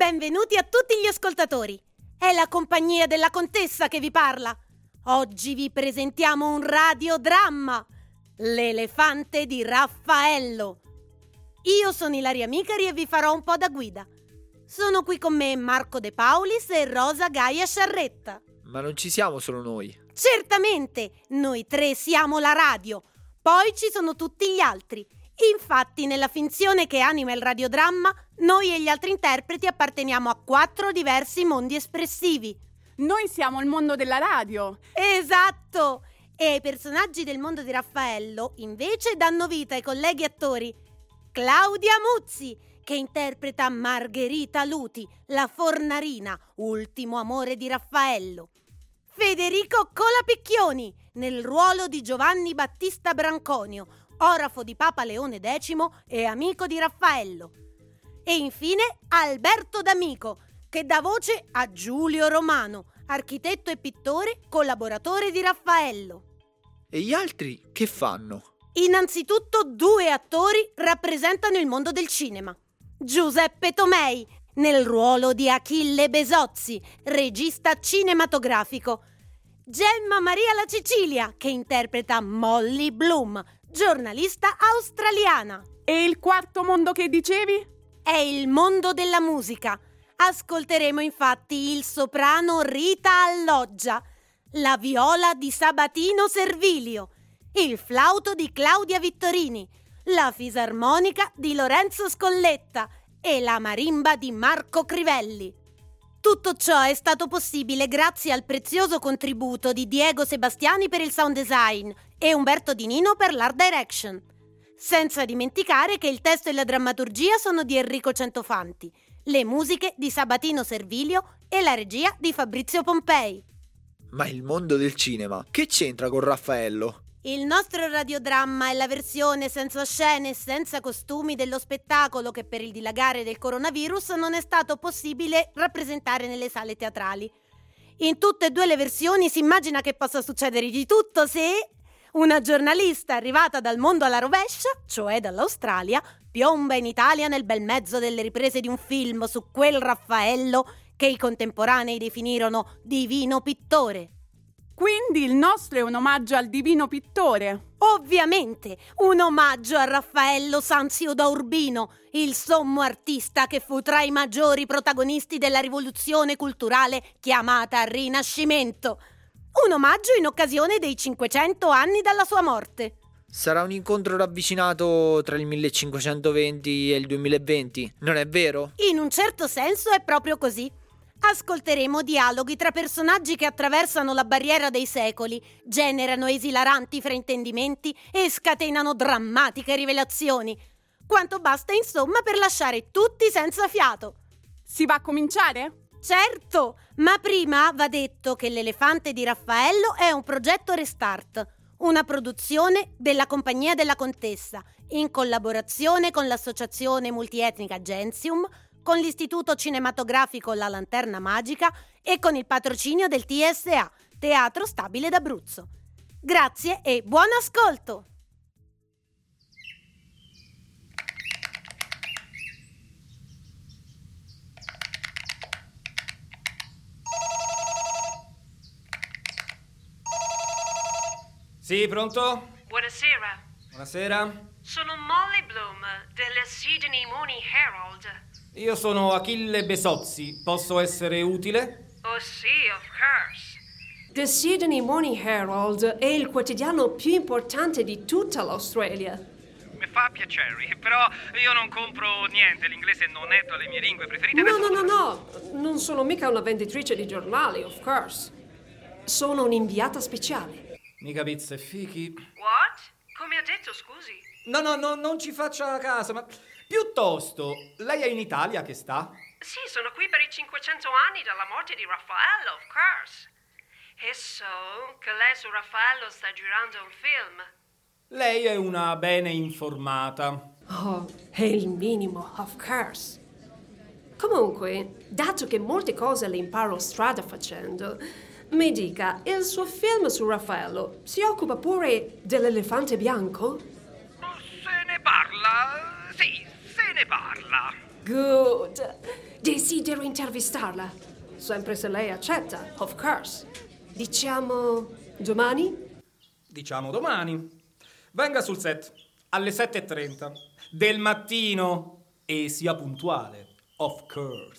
Benvenuti a tutti gli ascoltatori. È la compagnia della contessa che vi parla. Oggi vi presentiamo un radiodramma, L'elefante di Raffaello. Io sono Ilaria Micari e vi farò un po' da guida. Sono qui con me Marco De Paulis e Rosa Gaia Sciarretta. Ma non ci siamo solo noi. Certamente, noi tre siamo la radio, poi ci sono tutti gli altri. Infatti, nella finzione che anima il radiodramma, noi e gli altri interpreti apparteniamo a 4 diversi mondi espressivi. Noi siamo il mondo della radio. Esatto! E ai personaggi del mondo di Raffaello, invece, danno vita ai colleghi attori Claudia Muzzi, che interpreta Margherita Luti, la fornarina, ultimo amore di Raffaello. Federico Colapicchioni, nel ruolo di Giovanni Battista Branconio, orafo di Papa Leone X e amico di Raffaello. E infine Alberto D'Amico, che dà voce a Giulio Romano, architetto e pittore, collaboratore di Raffaello. E gli altri che fanno? Innanzitutto 2 attori rappresentano il mondo del cinema. Giuseppe Tomei, nel ruolo di Achille Besozzi, regista cinematografico. Gemma Maria La Cecilia, che interpreta Molly Bloom, giornalista australiana. E il quarto mondo che dicevi? È il mondo della musica. Ascolteremo infatti il soprano Rita Alloggia, la viola di Sabatino Servilio, il flauto di Claudia Vittorini, la fisarmonica di Lorenzo Scolletta e la marimba di Marco Crivelli. Tutto ciò è stato possibile grazie al prezioso contributo di Diego Sebastiani per il sound design e Umberto Di Nino per l'art direction. Senza dimenticare che il testo e la drammaturgia sono di Enrico Centofanti, le musiche di Sabatino Servilio e la regia di Fabrizio Pompei. Ma il mondo del cinema, che c'entra con Raffaello? Il nostro radiodramma è la versione senza scene e senza costumi dello spettacolo che per il dilagare del coronavirus non è stato possibile rappresentare nelle sale teatrali. In tutte e 2 le versioni si immagina che possa succedere di tutto se una giornalista arrivata dal mondo alla rovescia, cioè dall'Australia, piomba in Italia nel bel mezzo delle riprese di un film su quel Raffaello che i contemporanei definirono divino pittore. Quindi il nostro è un omaggio al divino pittore. Ovviamente, un omaggio a Raffaello Sanzio da Urbino, il sommo artista che fu tra i maggiori protagonisti della rivoluzione culturale chiamata Rinascimento. Un omaggio in occasione dei 500 anni dalla sua morte. Sarà un incontro ravvicinato tra il 1520 e il 2020, non è vero? In un certo senso è proprio così. Ascolteremo dialoghi tra personaggi che attraversano la barriera dei secoli, generano esilaranti fraintendimenti e scatenano drammatiche rivelazioni. Quanto basta, insomma, per lasciare tutti senza fiato. Si va a cominciare? Certo, ma prima va detto che L'elefante di Raffaello è un progetto Restart, una produzione della Compagnia della Contessa, in collaborazione con l'associazione multietnica Gentium, con l'Istituto Cinematografico La Lanterna Magica e con il patrocinio del TSA, Teatro Stabile d'Abruzzo. Grazie e buon ascolto! Sì, pronto? Buonasera. Buonasera. Sono Molly Bloom del Sydney Morning Herald. Io sono Achille Besozzi. Posso essere utile? Oh sì, of course. The Sydney Morning Herald è il quotidiano più importante di tutta l'Australia. Mi fa piacere, però io non compro niente, l'inglese non è tra le mie lingue preferite. No, non sono mica una venditrice di giornali, of course. Sono un'inviata speciale. Mica pizza e fichi. What? Come ha detto, scusi? No, non ci faccia caso, ma piuttosto, lei è in Italia che sta? Sì, sono qui per i 500 anni dalla morte di Raffaello, of course. E so che lei su Raffaello sta girando un film. Lei è una bene informata. Oh, è il minimo, of course. Comunque, dato che molte cose le imparo strada facendo, mi dica, il suo film su Raffaello si occupa pure dell'elefante bianco? Se ne parla, sì, se ne parla. Good. Desidero intervistarla. Sempre se lei accetta, of course. Diciamo domani? Diciamo domani. Venga sul set alle 7:30 del mattino e sia puntuale, of course.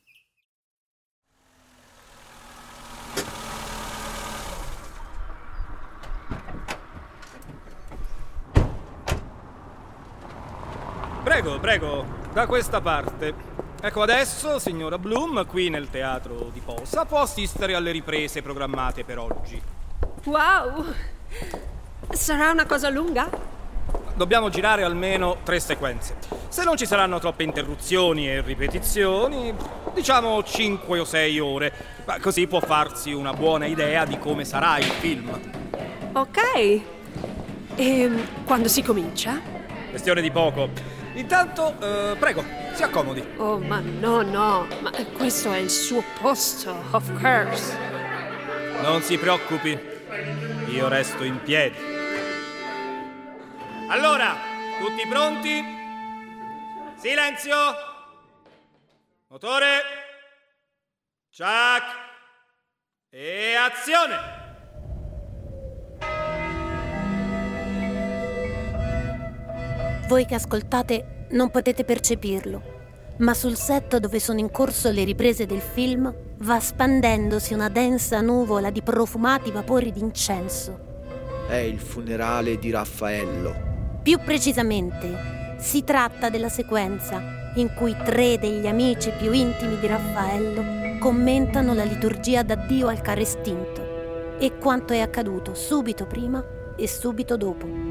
Prego, da questa parte. Ecco adesso, signora Bloom, qui nel teatro di Posa, può assistere alle riprese programmate per oggi. Wow! Sarà una cosa lunga? Dobbiamo girare almeno 3 sequenze. Se non ci saranno troppe interruzioni e ripetizioni, diciamo 5 o 6 ore. Ma così può farsi una buona idea di come sarà il film. Ok. E quando si comincia? Questione di poco. Intanto, prego, si accomodi. Oh, ma no, ma questo è il suo posto, of course. Non si preoccupi, io resto in piedi. Allora, tutti pronti? Silenzio! Motore! Ciak! E azione! Voi che ascoltate non potete percepirlo, ma sul set dove sono in corso le riprese del film va spandendosi una densa nuvola di profumati vapori d'incenso. È il funerale di Raffaello. Più precisamente, si tratta della sequenza in cui 3 degli amici più intimi di Raffaello commentano la liturgia d'addio al caro estinto e quanto è accaduto subito prima e subito dopo.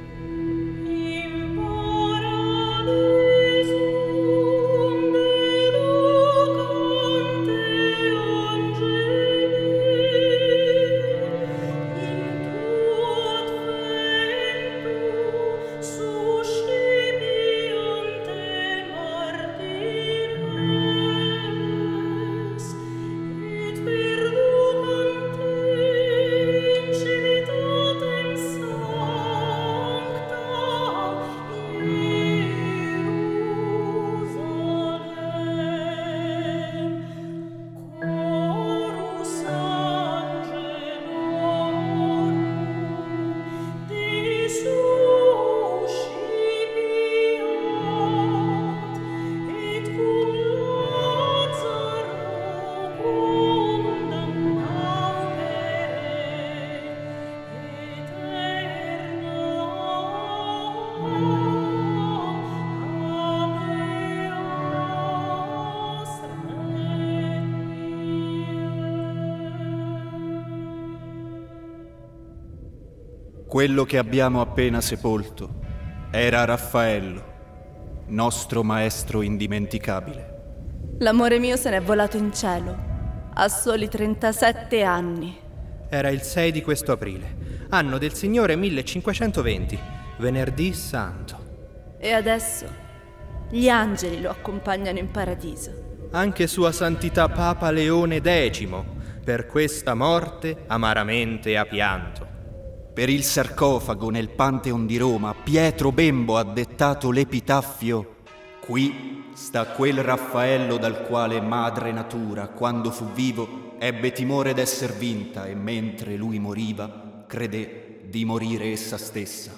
Quello che abbiamo appena sepolto era Raffaello, nostro maestro indimenticabile. L'amore mio se n'è volato in cielo, a soli 37 anni. Era il 6 di questo aprile, anno del Signore 1520, venerdì santo. E adesso gli angeli lo accompagnano in paradiso. Anche Sua Santità Papa Leone X, per questa morte amaramente ha pianto. Per il sarcofago nel Pantheon di Roma, Pietro Bembo ha dettato l'epitaffio: qui sta quel Raffaello dal quale madre natura, quando fu vivo, ebbe timore d'esser vinta e mentre lui moriva, credé di morire essa stessa.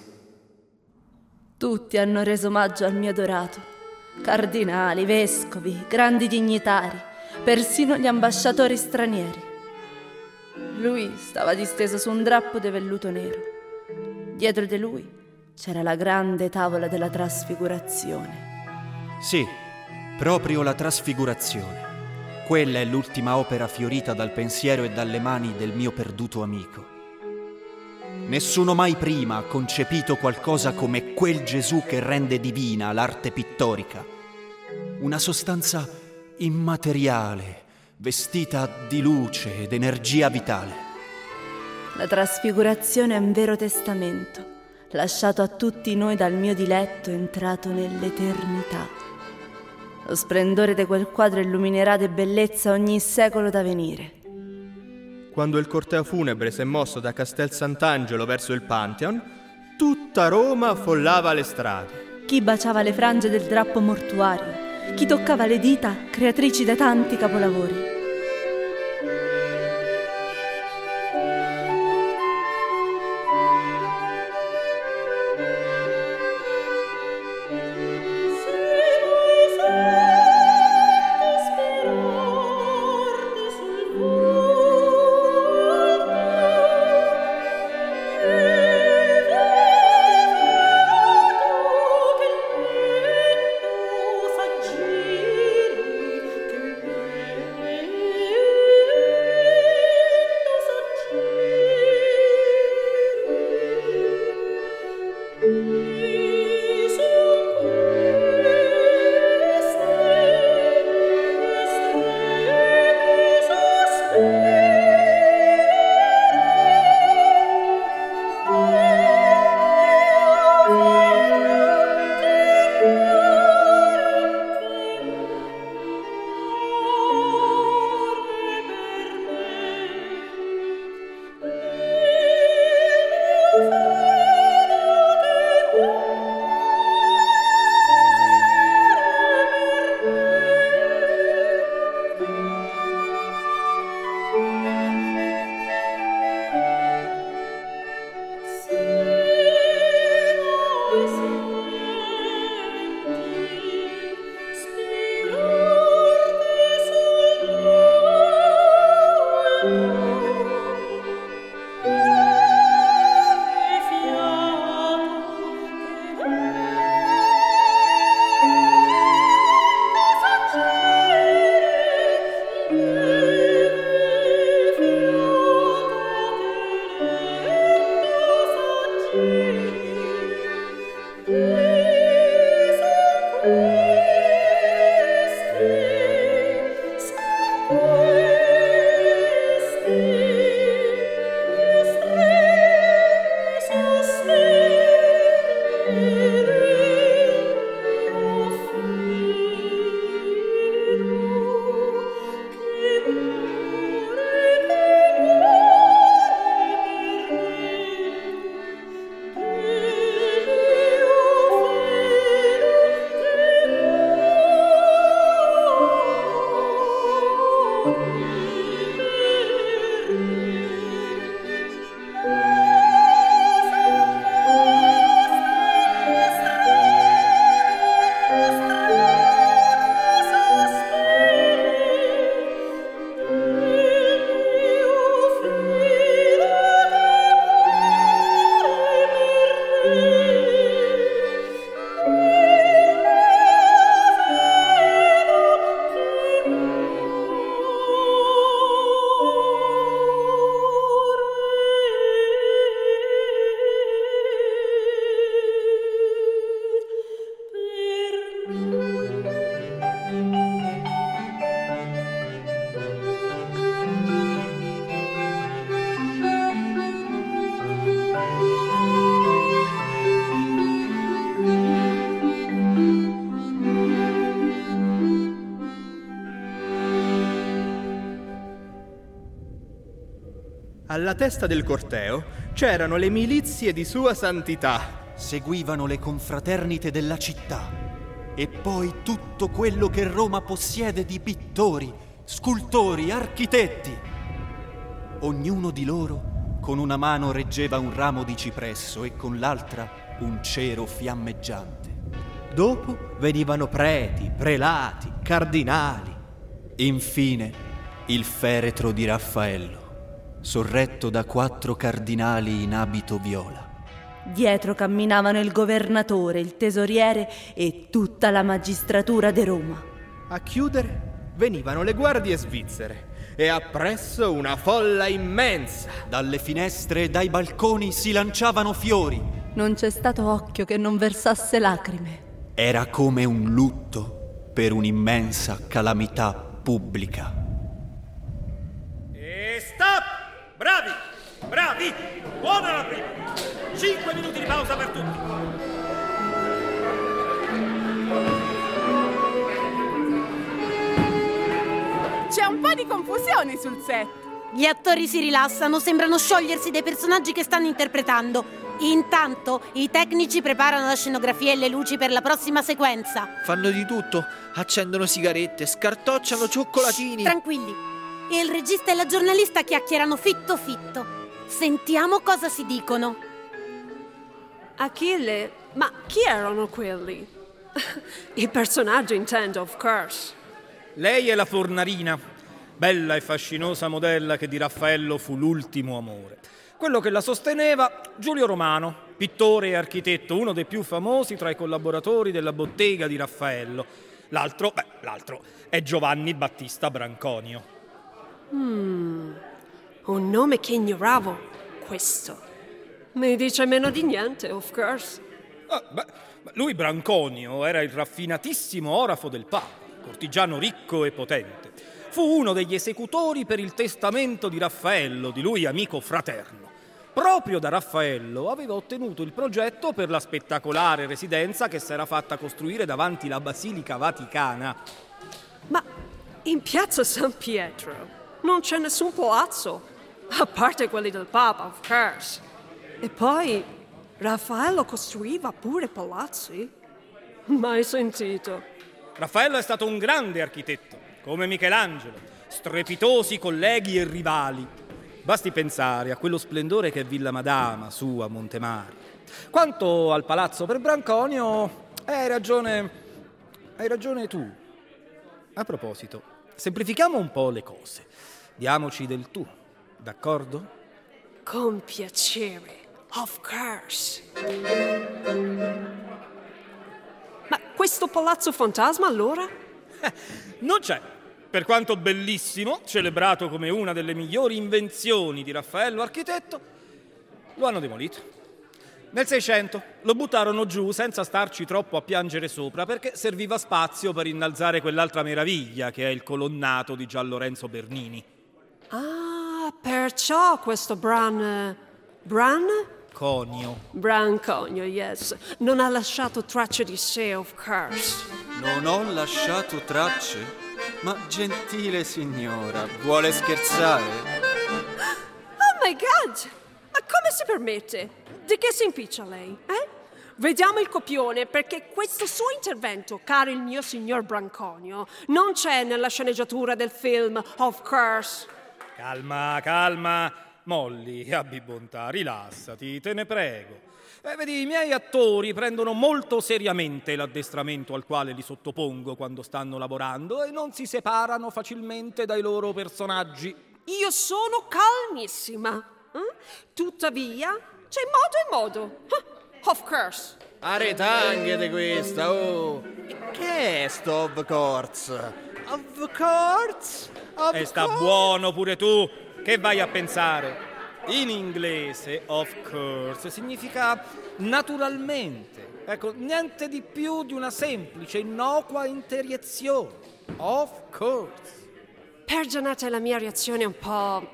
Tutti hanno reso omaggio al mio adorato. Cardinali, vescovi, grandi dignitari, persino gli ambasciatori stranieri. Lui stava disteso su un drappo di velluto nero. Dietro di lui c'era la grande tavola della trasfigurazione. Sì, proprio la trasfigurazione. Quella è l'ultima opera fiorita dal pensiero e dalle mani del mio perduto amico. Nessuno mai prima ha concepito qualcosa come quel Gesù che rende divina l'arte pittorica. Una sostanza immateriale, vestita di luce ed energia vitale. La trasfigurazione è un vero testamento, lasciato a tutti noi dal mio diletto entrato nell'eternità. Lo splendore di quel quadro illuminerà di bellezza ogni secolo da venire. Quando il corteo funebre si è mosso da Castel Sant'Angelo verso il Pantheon, tutta Roma affollava le strade. Chi baciava le frange del drappo mortuario, chi toccava le dita, creatrici da tanti capolavori. Alla testa del corteo c'erano le milizie di Sua Santità. Seguivano le confraternite della città e poi tutto quello che Roma possiede di pittori, scultori, architetti. Ognuno di loro con una mano reggeva un ramo di cipresso e con l'altra un cero fiammeggiante. Dopo venivano preti, prelati, cardinali. Infine il feretro di Raffaello, sorretto da 4 cardinali in abito viola. Dietro camminavano il governatore, il tesoriere e tutta la magistratura di Roma. A chiudere venivano le guardie svizzere e appresso una folla immensa. Dalle finestre e dai balconi si lanciavano fiori. Non c'è stato occhio che non versasse lacrime. Era come un lutto per un'immensa calamità pubblica. E stop! Bravi! Bravi! Buona la prima! 5 minuti di pausa per tutti! C'è un po' di confusione sul set. Gli attori si rilassano, sembrano sciogliersi dei personaggi che stanno interpretando. Intanto i tecnici preparano la scenografia e le luci per la prossima sequenza. Fanno di tutto, accendono sigarette, scartocciano cioccolatini. Tranquilli, il regista e la giornalista chiacchierano fitto fitto. Sentiamo cosa si dicono. Achille, ma chi erano quelli? Il personaggio, intendo, of course. Lei è la Fornarina, bella e fascinosa modella che di Raffaello fu l'ultimo amore. Quello che la sosteneva, Giulio Romano, pittore e architetto, uno dei più famosi tra i collaboratori della bottega di Raffaello. L'altro è Giovanni Battista Branconio. Un nome che ignoravo, questo. Mi dice meno di niente, of course. Lui, Branconio, era il raffinatissimo orafo del Papa, cortigiano ricco e potente. Fu uno degli esecutori per il testamento di Raffaello, di lui amico fraterno. Proprio da Raffaello aveva ottenuto il progetto per la spettacolare residenza che si era fatta costruire davanti la Basilica Vaticana. Ma in piazza San Pietro non c'è nessun palazzo, a parte quelli del Papa, of course. E poi Raffaello costruiva pure palazzi? Mai sentito. Raffaello è stato un grande architetto, come Michelangelo, strepitosi colleghi e rivali. Basti pensare a quello splendore che è Villa Madama, su a Montemario. Quanto al palazzo per Branconio, hai ragione tu. A proposito, semplifichiamo un po' le cose. Diamoci del tu, d'accordo? Con piacere, of course. Ma questo palazzo fantasma allora? Non c'è. Per quanto bellissimo, celebrato come una delle migliori invenzioni di Raffaello architetto, lo hanno demolito. Nel 600 lo buttarono giù senza starci troppo a piangere sopra, perché serviva spazio per innalzare quell'altra meraviglia che è il colonnato di Gian Lorenzo Bernini. Ah, perciò questo Branconio, yes. Non ha lasciato tracce di sé, of course. Non ho lasciato tracce? Ma gentile signora, vuole scherzare? Oh my God! Ma come si permette? Di che si impiccia lei, eh? Vediamo il copione, perché questo suo intervento, caro il mio signor Branconio, non c'è nella sceneggiatura del film, of course. Calma. Molly, abbi bontà, rilassati, te ne prego. Vedi, i miei attori prendono molto seriamente l'addestramento al quale li sottopongo quando stanno lavorando e non si separano facilmente dai loro personaggi. Io sono calmissima. Tuttavia, c'è modo e modo. Of course. Aretanghete questa, oh! Che è sto of course? Of course? E sta buono pure tu, che vai a pensare? In inglese, of course, significa naturalmente. Ecco, niente di più di una semplice, innocua interiezione. Of course. Perdonate la mia reazione un po'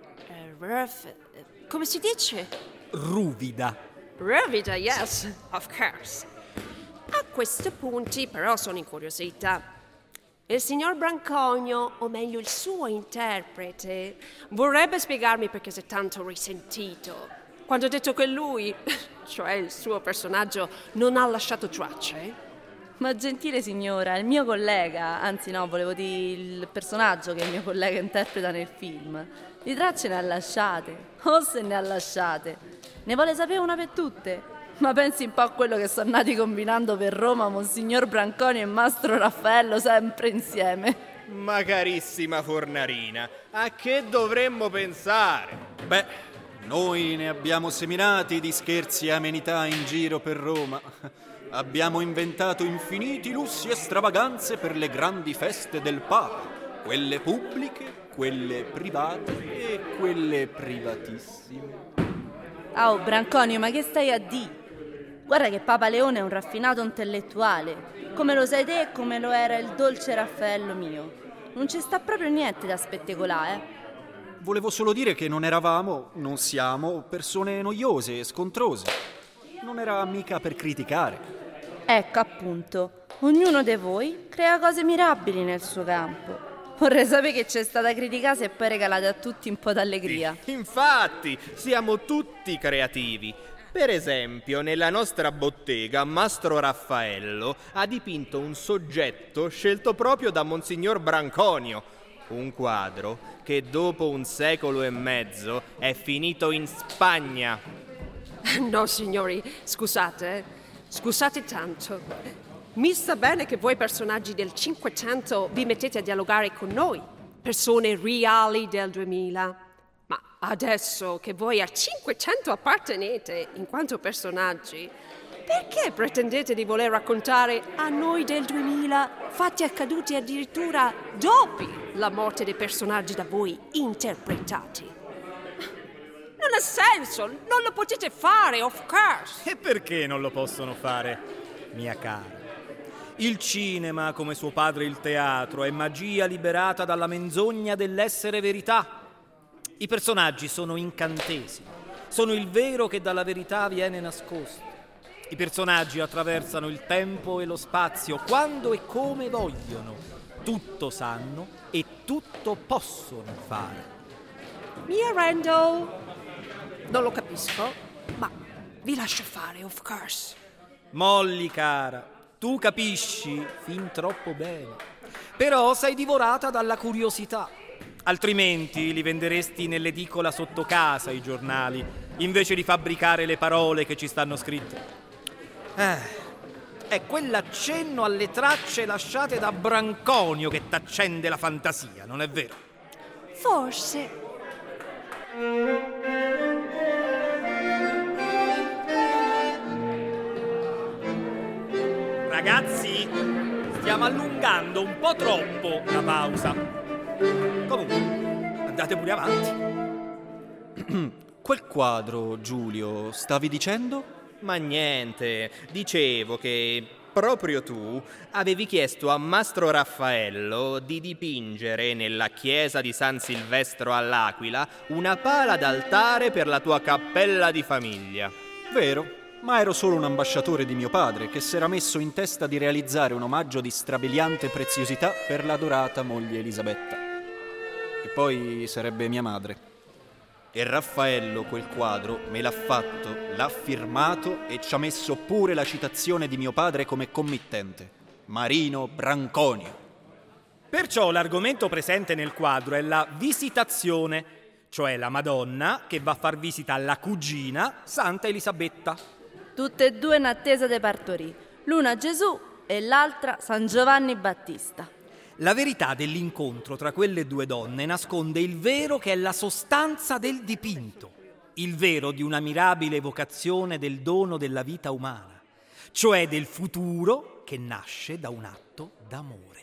rough. Come si dice? Ruvida. Ruvida, yes, of course. A questi punti però sono incuriosita. Il signor Branconio, o meglio il suo interprete, vorrebbe spiegarmi perché sei tanto risentito quando ha detto che lui, cioè il suo personaggio, non ha lasciato tracce. Ma gentile signora, il mio collega, anzi no, volevo dire il personaggio che il mio collega interpreta nel film, di tracce ne ha lasciate, o se ne ha lasciate. Ne vuole sapere una per tutte? Ma pensi un po' a quello che sono nati combinando per Roma Monsignor Branconio e Mastro Raffaello sempre insieme. Ma carissima Fornarina, a che dovremmo pensare? Beh, noi ne abbiamo seminati di scherzi e amenità in giro per Roma. Abbiamo inventato infiniti lussi e stravaganze per le grandi feste del Papa, quelle pubbliche, quelle private e quelle privatissime. Oh, Branconio, ma che stai a dire? Guarda che Papa Leone è un raffinato intellettuale, come lo sei te e come lo era il dolce Raffaello mio. Non ci sta proprio niente da spettacolare, Volevo solo dire che non siamo persone noiose e scontrose. Non era mica per criticare. Ecco, appunto, ognuno di voi crea cose mirabili nel suo campo. Vorrei sapere che c'è stata criticata e poi regalate a tutti un po' d'allegria. Infatti, siamo tutti creativi. Per esempio, nella nostra bottega, Mastro Raffaello ha dipinto un soggetto scelto proprio da Monsignor Branconio, un quadro che dopo 1 secolo e mezzo è finito in Spagna. No, signori, scusate tanto. Mi sta bene che voi personaggi del Cinquecento vi mettete a dialogare con noi, persone reali del 2000. Ma adesso che voi al Cinquecento appartenete in quanto personaggi, perché pretendete di voler raccontare a noi del 2000 fatti accaduti addirittura dopo la morte dei personaggi da voi interpretati? Non ha senso, non lo potete fare, of course. E perché non lo possono fare, mia cara? Il cinema, come suo padre il teatro, è magia liberata dalla menzogna dell'essere verità. I personaggi sono incantesimi, sono il vero che dalla verità viene nascosto. I personaggi attraversano il tempo e lo spazio quando e come vogliono. Tutto sanno e tutto possono fare. Mi arrendo. Non lo capisco, ma vi lascio fare, of course. Molly, cara, tu capisci fin troppo bene. Però sei divorata dalla curiosità. Altrimenti li venderesti nell'edicola sotto casa i giornali, invece di fabbricare le parole che ci stanno scritte. È quell'accenno alle tracce lasciate da Branconio che t'accende la fantasia, non è vero? Forse. Ragazzi, stiamo allungando un po' troppo la pausa. Comunque, andate pure avanti. Quel quadro, Giulio, stavi dicendo? Ma niente, dicevo che proprio tu avevi chiesto a Mastro Raffaello di dipingere nella chiesa di San Silvestro all'Aquila una pala d'altare per la tua cappella di famiglia. Vero, ma ero solo un ambasciatore di mio padre che s'era messo in testa di realizzare un omaggio di strabiliante preziosità per l'adorata moglie Elisabetta, che poi sarebbe mia madre. E Raffaello quel quadro me l'ha fatto, l'ha firmato e ci ha messo pure la citazione di mio padre come committente, Marino Branconio. Perciò l'argomento presente nel quadro è la visitazione, cioè la Madonna che va a far visita alla cugina Santa Elisabetta. Tutte e due in attesa de partorì, l'una Gesù e l'altra San Giovanni Battista. La verità dell'incontro tra quelle due donne nasconde il vero che è la sostanza del dipinto, il vero di una mirabile evocazione del dono della vita umana, cioè del futuro che nasce da un atto d'amore.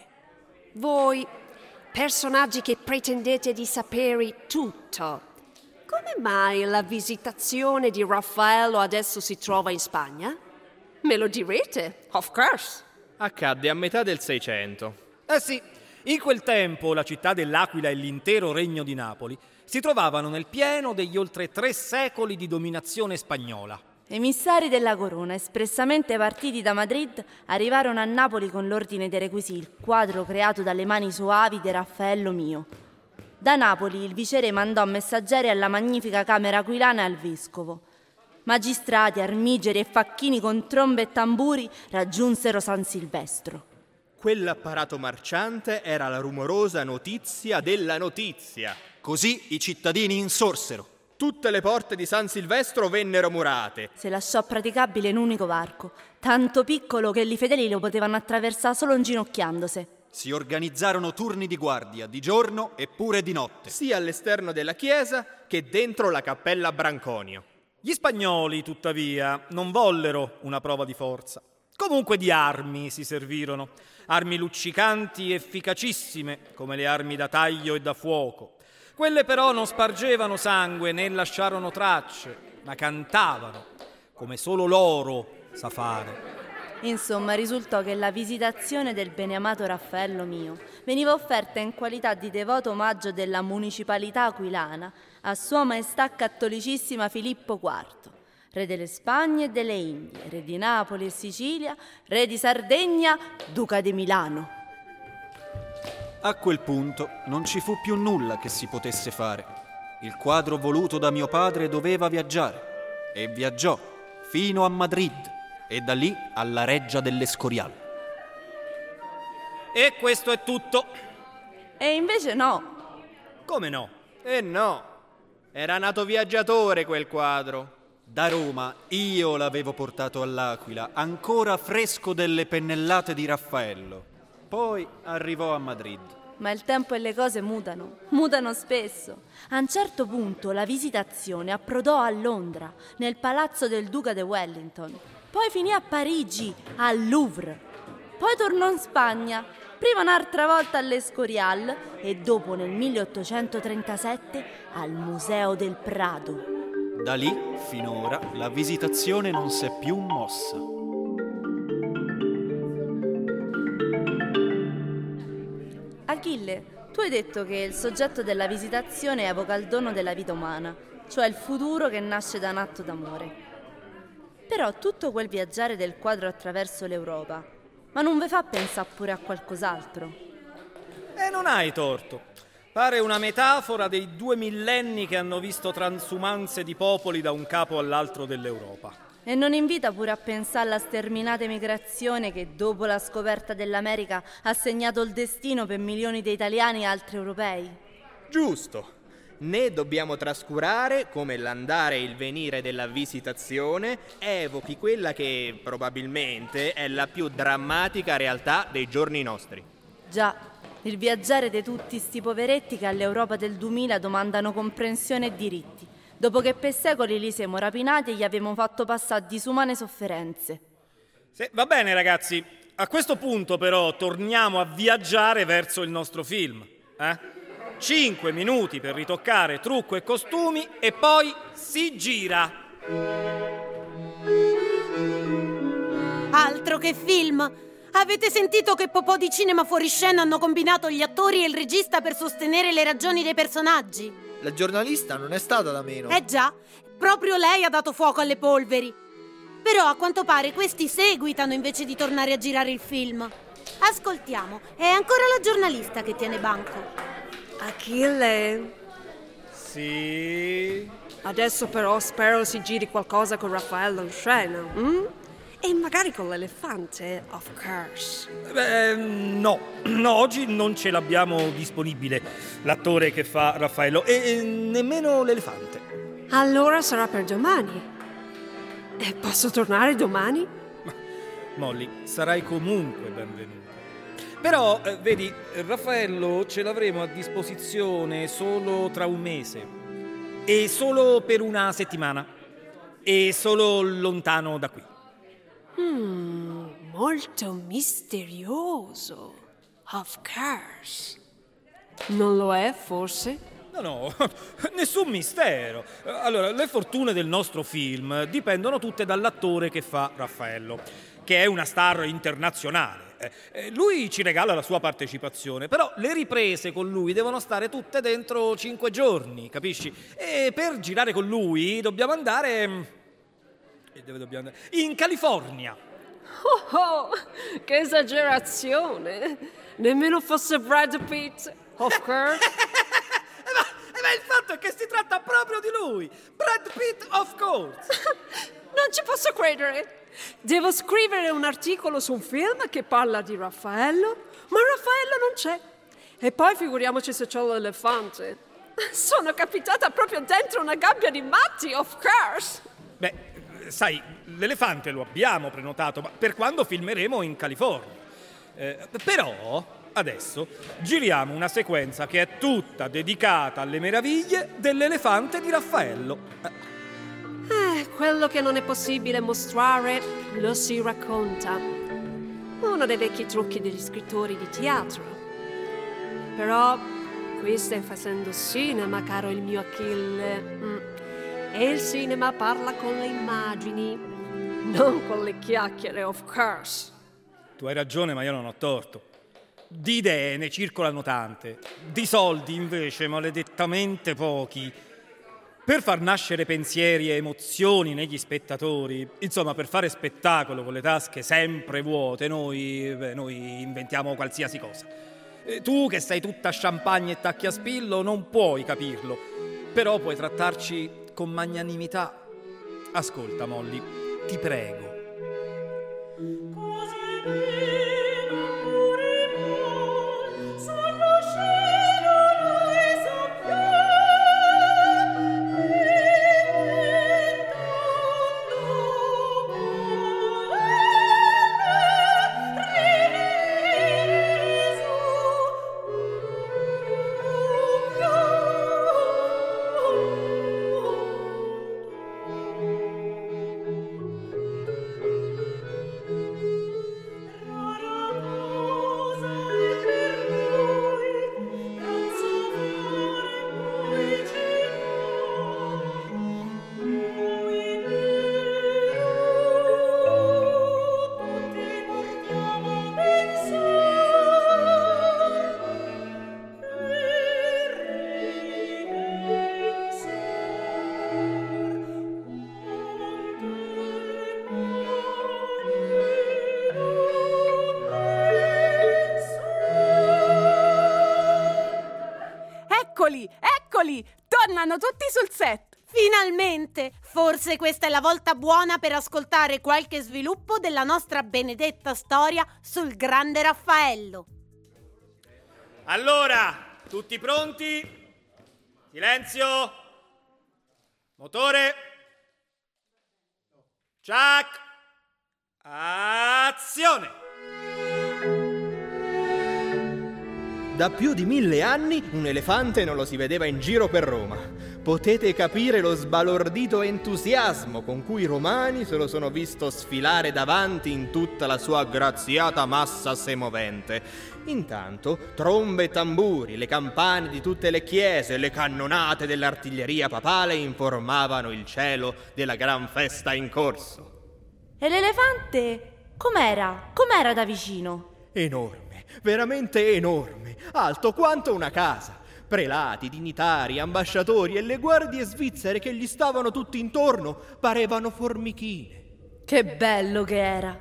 Voi, personaggi che pretendete di sapere tutto, come mai la visitazione di Raffaello adesso si trova in Spagna? Me lo direte, of course. Accadde a metà del 600. Eh sì, in quel tempo la città dell'Aquila e l'intero regno di Napoli si trovavano nel pieno degli oltre 3 secoli di dominazione spagnola. Emissari della corona, espressamente partiti da Madrid, arrivarono a Napoli con l'ordine dei requisì il quadro creato dalle mani soavi di Raffaello mio. Da Napoli il viceré mandò messaggeri alla magnifica camera aquilana e al vescovo. Magistrati, armigeri e facchini con trombe e tamburi raggiunsero San Silvestro. Quell'apparato marciante era la rumorosa notizia della notizia. Così i cittadini insorsero. Tutte le porte di San Silvestro vennero murate. Se lasciò praticabile un unico varco, tanto piccolo che i fedeli lo potevano attraversare solo inginocchiandosi. Si organizzarono turni di guardia, di giorno e pure di notte. Sia all'esterno della chiesa che dentro la cappella Branconio. Gli spagnoli, tuttavia, non vollero una prova di forza. Comunque di armi si servirono, armi luccicanti efficacissime, come le armi da taglio e da fuoco. Quelle però non spargevano sangue né lasciarono tracce, ma cantavano, come solo loro sa fare. Insomma, risultò che la visitazione del beneamato Raffaello mio veniva offerta in qualità di devoto omaggio della municipalità aquilana a Sua Maestà Cattolicissima Filippo IV, re delle Spagne e delle Indie, re di Napoli e Sicilia, re di Sardegna, duca di Milano. A quel punto non ci fu più nulla che si potesse fare. Il quadro voluto da mio padre doveva viaggiare, e viaggiò. fino a Madrid e da lì alla Reggia dell'Escorial. E questo è tutto. E invece no. Come no? No, era nato viaggiatore quel quadro. Da Roma io l'avevo portato all'Aquila, ancora fresco delle pennellate di Raffaello. Poi arrivò a Madrid. Ma il tempo e le cose mutano spesso. A un certo punto la Visitazione approdò a Londra, nel palazzo del Duca di Wellington. Poi finì a Parigi, al Louvre. Poi tornò in Spagna, prima un'altra volta all'Escorial e dopo nel 1837 al Museo del Prado. Da lì, finora, la Visitazione non si è più mossa. Achille, tu hai detto che il soggetto della Visitazione evoca il dono della vita umana, cioè il futuro che nasce da un atto d'amore. Però tutto quel viaggiare del quadro attraverso l'Europa, ma non vi fa pensare pure a qualcos'altro? E non hai torto. Pare una metafora dei 2 millenni che hanno visto transumanze di popoli da un capo all'altro dell'Europa. E non invita pure a pensare alla sterminata emigrazione che dopo la scoperta dell'America ha segnato il destino per milioni di italiani e altri europei? Giusto. Né dobbiamo trascurare come l'andare e il venire della Visitazione evochi quella che probabilmente è la più drammatica realtà dei giorni nostri. Già, il viaggiare di tutti sti poveretti che all'Europa del 2000 domandano comprensione e diritti, dopo che per secoli li siamo rapinati e gli abbiamo fatto passare disumane sofferenze. Sì, va bene ragazzi, a questo punto però torniamo a viaggiare verso il nostro film. 5 minuti per ritoccare trucco e costumi e poi si gira. Altro che film! Avete sentito che popò di cinema fuoriscena hanno combinato gli attori e il regista per sostenere le ragioni dei personaggi? La giornalista non è stata da meno. Già, proprio lei ha dato fuoco alle polveri. Però a quanto pare questi seguitano invece di tornare a girare il film. Ascoltiamo, è ancora la giornalista che tiene banco. Achille, Sì. adesso però spero si giri qualcosa con Raffaello in scena. E magari con l'elefante, of course. No, oggi non ce l'abbiamo disponibile, l'attore che fa Raffaello, e nemmeno l'elefante. Allora sarà per domani. E posso tornare domani? Molly, sarai comunque benvenuta. Però, vedi, Raffaello ce l'avremo a disposizione solo tra un mese. E solo per una settimana. E solo lontano da qui. Molto misterioso. Of course. Non lo è, forse? No, nessun mistero. Allora, le fortune del nostro film dipendono tutte dall'attore che fa Raffaello, che è una star internazionale. Lui ci regala la sua partecipazione, però le riprese con lui devono stare tutte dentro 5 giorni, capisci? E per girare con lui dobbiamo andare... Dove dobbiamo andare? In California. Oh, che esagerazione! Nemmeno fosse Brad Pitt, of course. Ma il fatto è che si tratta proprio di lui! Brad Pitt, of course! Non ci posso credere! Devo scrivere un articolo su un film che parla di Raffaello, ma Raffaello non c'è. E poi figuriamoci se c'è l'elefante. Sono capitata proprio dentro una gabbia di matti, of course! Beh, sai, l'elefante lo abbiamo prenotato, ma per quando filmeremo in California. Però, adesso, giriamo una sequenza che è tutta dedicata alle meraviglie dell'elefante di Raffaello. Quello che non è possibile mostrare lo si racconta. Uno dei vecchi trucchi degli scrittori di teatro. Però qui stai facendo cinema, caro il mio Achille. E il cinema parla con le immagini, non con le chiacchiere, of course. Tu hai ragione, ma io non ho torto. Di idee ne circolano tante, di soldi invece maledettamente pochi. Per far nascere pensieri e emozioni negli spettatori, insomma per fare spettacolo con le tasche sempre vuote, noi inventiamo qualsiasi cosa. Tu che sei tutta champagne e tacchi a spillo non puoi capirlo, però puoi trattarci con magnanimità. Ascolta Molly, ti prego. Eccoli! Tornano tutti sul set! Finalmente! Forse questa è la volta buona per ascoltare qualche sviluppo della nostra benedetta storia sul grande Raffaello. Allora, tutti pronti? Silenzio! Motore! Ciak! Azione! Da più di 1000 anni un elefante non lo si vedeva in giro per Roma. Potete capire lo sbalordito entusiasmo con cui i romani se lo sono visto sfilare davanti in tutta la sua aggraziata massa semovente. Intanto trombe e tamburi, le campane di tutte le chiese, le cannonate dell'artiglieria papale informavano il cielo della gran festa in corso. E l'elefante com'era? Com'era da vicino? Enorme. Veramente enorme, alto quanto una casa. Prelati, dignitari, ambasciatori e le guardie svizzere che gli stavano tutti intorno parevano formichine. Che bello che era!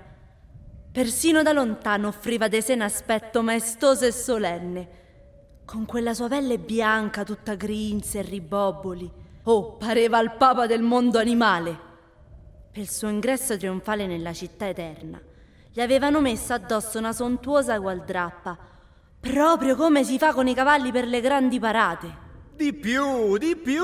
Persino da lontano offriva di sé un aspetto maestoso e solenne, con quella sua pelle bianca tutta grinza e ribobboli. Oh, pareva il papa del mondo animale. Per il suo ingresso trionfale nella città eterna gli avevano messo addosso una sontuosa gualdrappa, proprio come si fa con i cavalli per le grandi parate. Di più,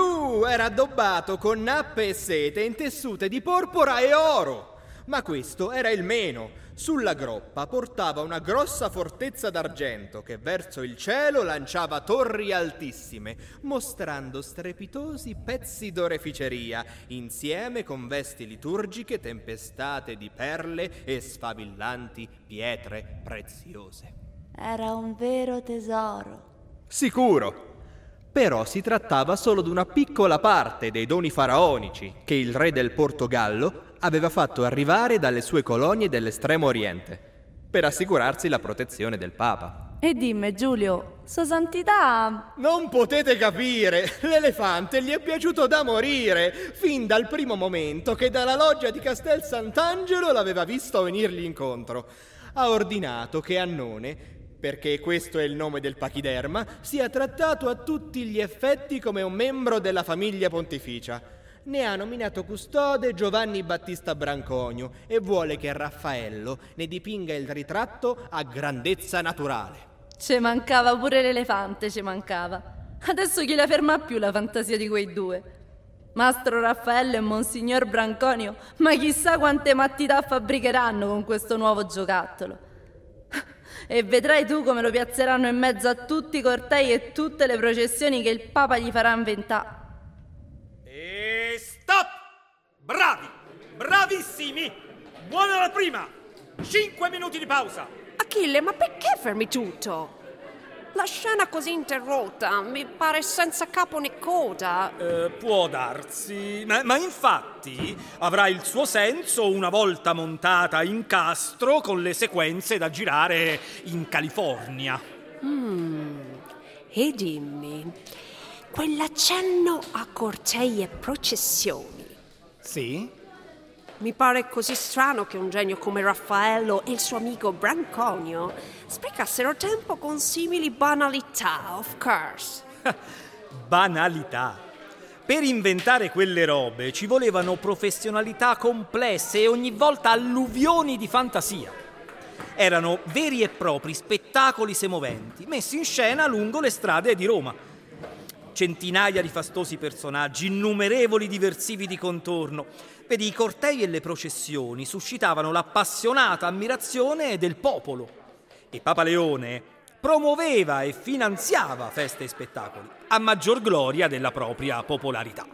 era addobbato con nappe e sete intessute di porpora e oro. Ma questo era il meno. Sulla groppa portava una grossa fortezza d'argento che verso il cielo lanciava torri altissime, mostrando strepitosi pezzi d'oreficeria, insieme con vesti liturgiche tempestate di perle e sfavillanti pietre preziose. Era un vero tesoro. Sicuro. Però si trattava solo di una piccola parte dei doni faraonici che il re del Portogallo aveva fatto arrivare dalle sue colonie dell'estremo oriente per assicurarsi la protezione del Papa. E dimmi, Giulio, Sua Santità... Non potete capire, l'elefante gli è piaciuto da morire, fin dal primo momento che dalla loggia di Castel Sant'Angelo l'aveva visto venirgli incontro. Ha ordinato che Annone, perché questo è il nome del pachiderma, sia trattato a tutti gli effetti come un membro della famiglia pontificia. Ne ha nominato custode Giovanni Battista Branconio e vuole che Raffaello ne dipinga il ritratto a grandezza naturale. Ci mancava pure l'elefante, ci mancava. Adesso chi la ferma più la fantasia di quei due? Mastro Raffaello e Monsignor Branconio, ma chissà quante mattità fabbricheranno con questo nuovo giocattolo. E vedrai tu come lo piazzeranno in mezzo a tutti i cortei e tutte le processioni che il Papa gli farà inventare. E stop! Bravi! Bravissimi! Buona la prima! 5 minuti di pausa! Achille, ma perché fermi tutto? La scena così interrotta mi pare senza capo né coda. Può darsi, ma infatti avrà il suo senso una volta montata in castro con le sequenze da girare in California. E dimmi, quell'accenno a cortei e processioni. Sì? Mi pare così strano che un genio come Raffaello e il suo amico Branconio sprecassero tempo con simili banalità, of course. Banalità. per inventare quelle robe ci volevano professionalità complesse e ogni volta alluvioni di fantasia. Erano veri e propri spettacoli semoventi, messi in scena lungo le strade di Roma. Centinaia di fastosi personaggi, innumerevoli diversivi di contorno. Vedi, i cortei e le processioni suscitavano l'appassionata ammirazione del popolo. E Papa Leone promuoveva e finanziava feste e spettacoli, a maggior gloria della propria popolarità.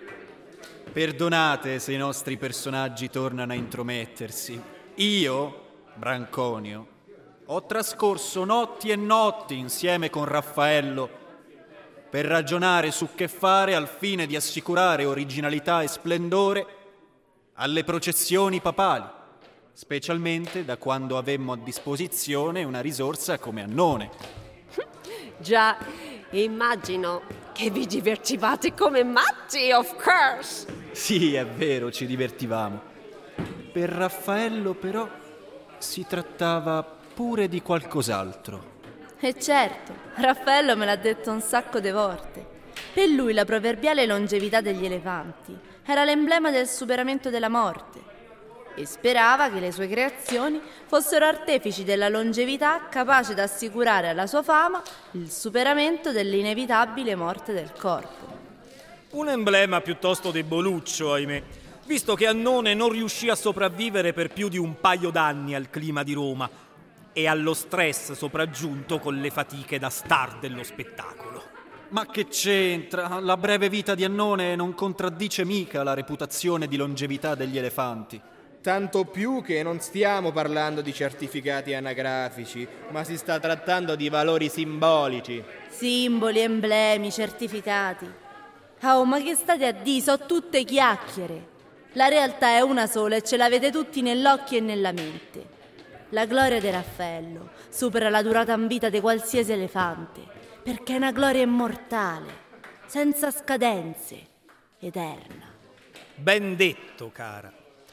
Perdonate se i nostri personaggi tornano a intromettersi. Io, Branconio, ho trascorso notti e notti insieme con Raffaello per ragionare su che fare al fine di assicurare originalità e splendore alle processioni papali, specialmente da quando avemmo a disposizione una risorsa come Annone. Già, immagino che vi divertivate come matti, of course. Sì, è vero, ci divertivamo. Per Raffaello, però, si trattava pure di qualcos'altro. E certo, Raffaello me l'ha detto un sacco di volte. Per lui la proverbiale longevità degli elefanti era l'emblema del superamento della morte e sperava che le sue creazioni fossero artefici della longevità capace di assicurare alla sua fama il superamento dell'inevitabile morte del corpo. Un emblema piuttosto deboluccio, ahimè, visto che Annone non riuscì a sopravvivere per più di un paio d'anni al clima di Roma e allo stress sopraggiunto con le fatiche da star dello spettacolo. Ma che c'entra? La breve vita di Annone non contraddice mica la reputazione di longevità degli elefanti. Tanto più che non stiamo parlando di certificati anagrafici, ma si sta trattando di valori simbolici. Simboli, emblemi, certificati. Oh, ma che state a dire? So tutte chiacchiere. La realtà è una sola e ce l'avete tutti nell'occhio e nella mente. La gloria di Raffaello supera la durata in vita di qualsiasi elefante, perché è una gloria immortale, senza scadenze, eterna. Ben detto, cara.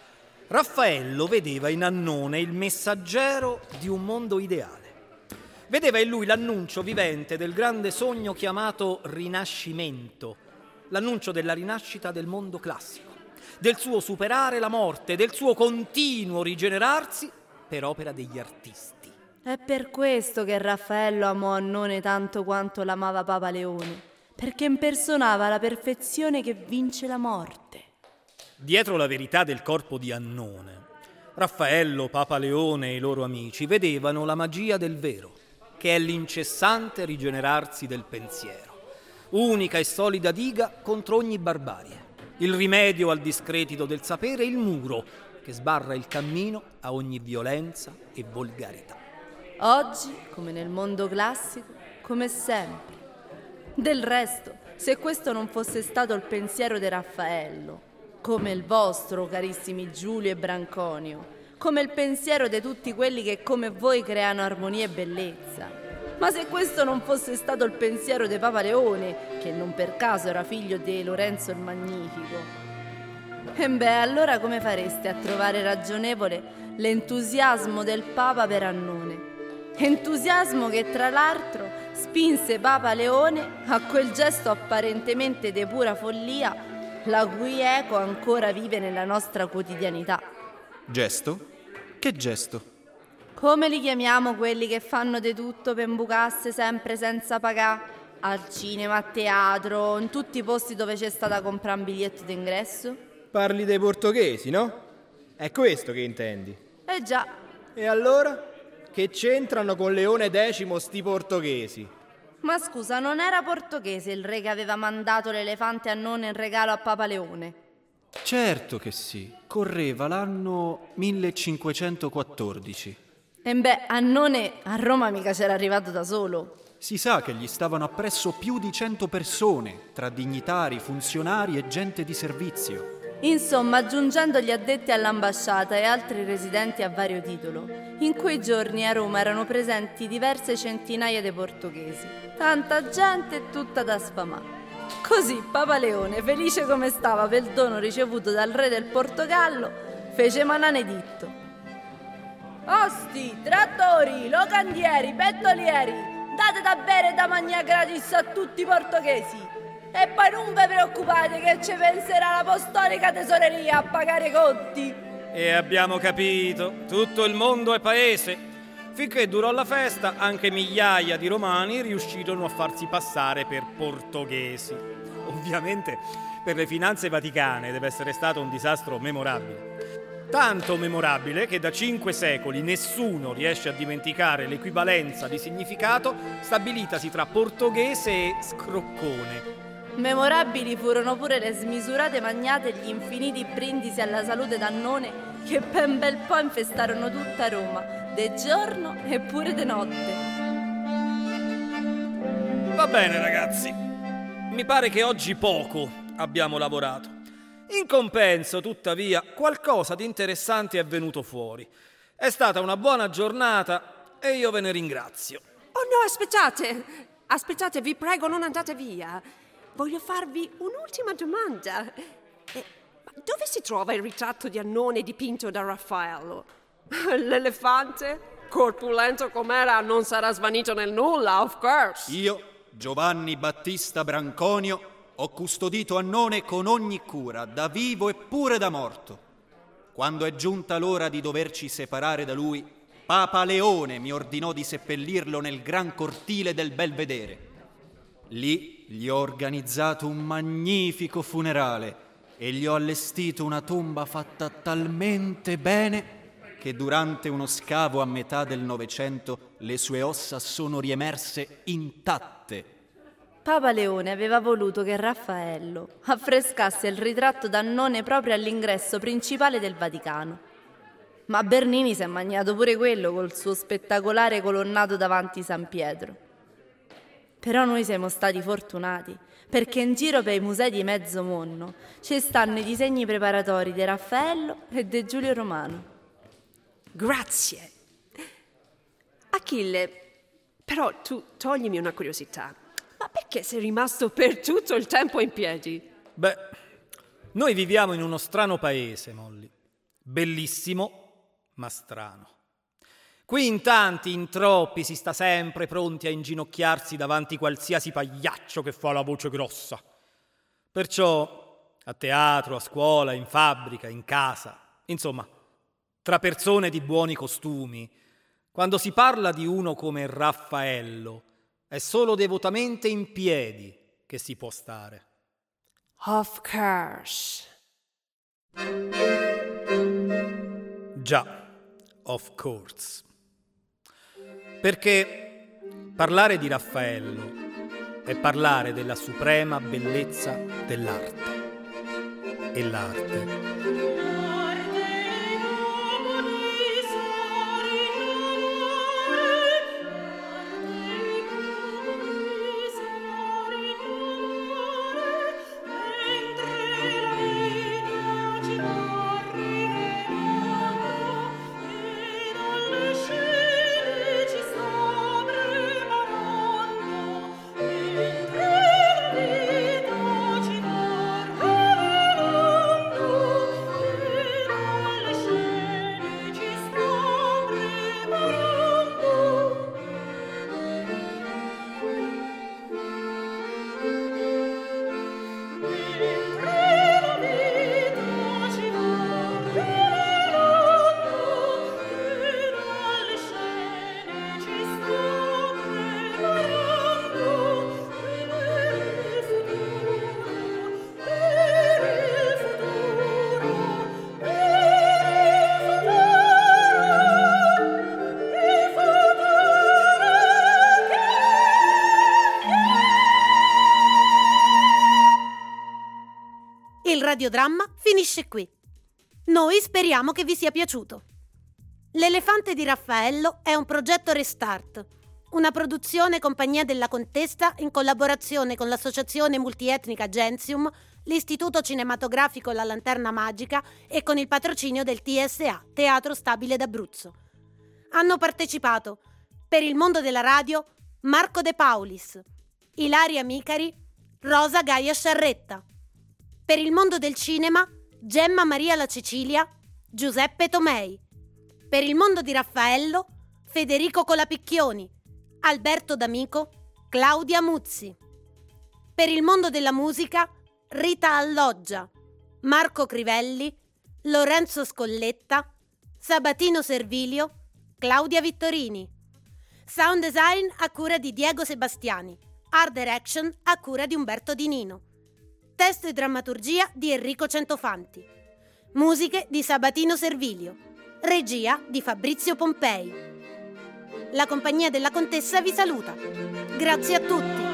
Raffaello vedeva in Annone il messaggero di un mondo ideale. Vedeva in lui l'annuncio vivente del grande sogno chiamato Rinascimento, l'annuncio della rinascita del mondo classico, del suo superare la morte, del suo continuo rigenerarsi per opera degli artisti. È per questo che Raffaello amò Annone tanto quanto l'amava Papa Leone, perché impersonava la perfezione che vince la morte. Dietro la verità del corpo di Annone, Raffaello, Papa Leone e i loro amici vedevano la magia del vero, che è l'incessante rigenerarsi del pensiero, unica e solida diga contro ogni barbarie, il rimedio al discredito del sapere e il muro che sbarra il cammino a ogni violenza e volgarità. Oggi, come nel mondo classico, come sempre. Del resto, se questo non fosse stato il pensiero di Raffaello, come il vostro, carissimi Giulio e Branconio, come il pensiero di tutti quelli che come voi creano armonia e bellezza, ma se questo non fosse stato il pensiero di Papa Leone, che non per caso era figlio di Lorenzo il Magnifico, e beh, allora come fareste a trovare ragionevole l'entusiasmo del Papa per Annone? Entusiasmo che tra l'altro spinse Papa Leone a quel gesto apparentemente di pura follia, la cui eco ancora vive nella nostra quotidianità. Gesto? Che gesto? Come li chiamiamo quelli che fanno di tutto per imbucasse sempre senza pagare? Al cinema, a teatro, in tutti i posti dove c'è stata comprare un biglietto d'ingresso? Parli dei portoghesi, no? È questo che intendi? Eh già. E allora? Che c'entrano con Leone X sti portoghesi? Ma scusa, non era portoghese il re che aveva mandato l'elefante Annone in regalo a Papa Leone? Certo che sì, correva l'anno 1514. E beh, Annone a Roma mica c'era arrivato da solo. Si sa che gli stavano appresso più di 100 persone, tra dignitari, funzionari e gente di servizio. Insomma, aggiungendo gli addetti all'ambasciata e altri residenti a vario titolo, in quei giorni a Roma erano presenti diverse centinaia di portoghesi. Tanta gente e tutta da sfamare. Così Papa Leone, felice come stava per il dono ricevuto dal re del Portogallo, fece manare editto: osti, trattori, locandieri, pettolieri, date da bere e da mangiare gratis a tutti i portoghesi. E poi non vi preoccupate che ci penserà l'apostolica tesoreria a pagare i conti. E abbiamo capito, tutto il mondo è paese. Finché durò la festa, anche migliaia di romani riuscirono a farsi passare per portoghesi. Ovviamente, per le finanze vaticane deve essere stato un disastro memorabile. Tanto memorabile che da 5 secoli nessuno riesce a dimenticare l'equivalenza di significato stabilitasi tra portoghese e scroccone. Memorabili furono pure le smisurate magnate e gli infiniti brindisi alla salute d'Annone che per un bel po' infestarono tutta Roma, de giorno e pure de notte. Va bene ragazzi, mi pare che oggi poco abbiamo lavorato. In compenso, tuttavia, qualcosa di interessante è venuto fuori. È stata una buona giornata e io ve ne ringrazio. Oh no, aspettate, vi prego, non andate via. Voglio farvi un'ultima domanda. Ma dove si trova il ritratto di Annone dipinto da Raffaello? L'elefante, corpulento com'era, non sarà svanito nel nulla, of course. Io, Giovanni Battista Branconio, ho custodito Annone con ogni cura, da vivo e pure da morto. Quando è giunta l'ora di doverci separare da lui, Papa Leone mi ordinò di seppellirlo nel gran cortile del Belvedere. Lì gli ho organizzato un magnifico funerale e gli ho allestito una tomba fatta talmente bene che durante uno scavo a metà del Novecento le sue ossa sono riemerse intatte. Papa Leone aveva voluto che Raffaello affrescasse il ritratto d'Annone proprio all'ingresso principale del Vaticano. Ma Bernini si è magnato pure quello col suo spettacolare colonnato davanti San Pietro. Però noi siamo stati fortunati, perché in giro per i musei di mezzo mondo ci stanno i disegni preparatori di Raffaello e di Giulio Romano. Grazie. Achille, però tu toglimi una curiosità. Ma perché sei rimasto per tutto il tempo in piedi? Beh, noi viviamo in uno strano paese, Molly. Bellissimo, ma strano. Qui in tanti, in troppi, si sta sempre pronti a inginocchiarsi davanti qualsiasi pagliaccio che fa la voce grossa. Perciò, a teatro, a scuola, in fabbrica, in casa, insomma, tra persone di buoni costumi, quando si parla di uno come Raffaello, è solo devotamente in piedi che si può stare. Of course. Già, of course. Perché parlare di Raffaello è parlare della suprema bellezza dell'arte. E l'arte Il radiodramma finisce qui. Noi speriamo che vi sia piaciuto. L'Elefante di Raffaello è un progetto Restart, una produzione Compagnia della Contessa in collaborazione con l'associazione multietnica Gentium, l'Istituto Cinematografico La Lanterna Magica e con il patrocinio del TSA, Teatro Stabile d'Abruzzo. Hanno partecipato, per il mondo della radio, Marco De Paulis, Ilaria Micari, Rosa Gaia Sciarretta. Per il mondo del cinema, Gemma Maria La Cecilia, Giuseppe Tomei. Per il mondo di Raffaello, Federico Colapicchioni, Alberto D'Amico, Claudia Muzzi. Per il mondo della musica, Rita Alloggia, Marco Crivelli, Lorenzo Scolletta, Sabatino Servilio, Claudia Vittorini. Sound design a cura di Diego Sebastiani. Art direction a cura di Umberto Di Nino. Testo e drammaturgia di Enrico Centofanti. Musiche di Sabatino Servilio. Regia di Fabrizio Pompei. La compagnia della Contessa vi saluta. Grazie a tutti.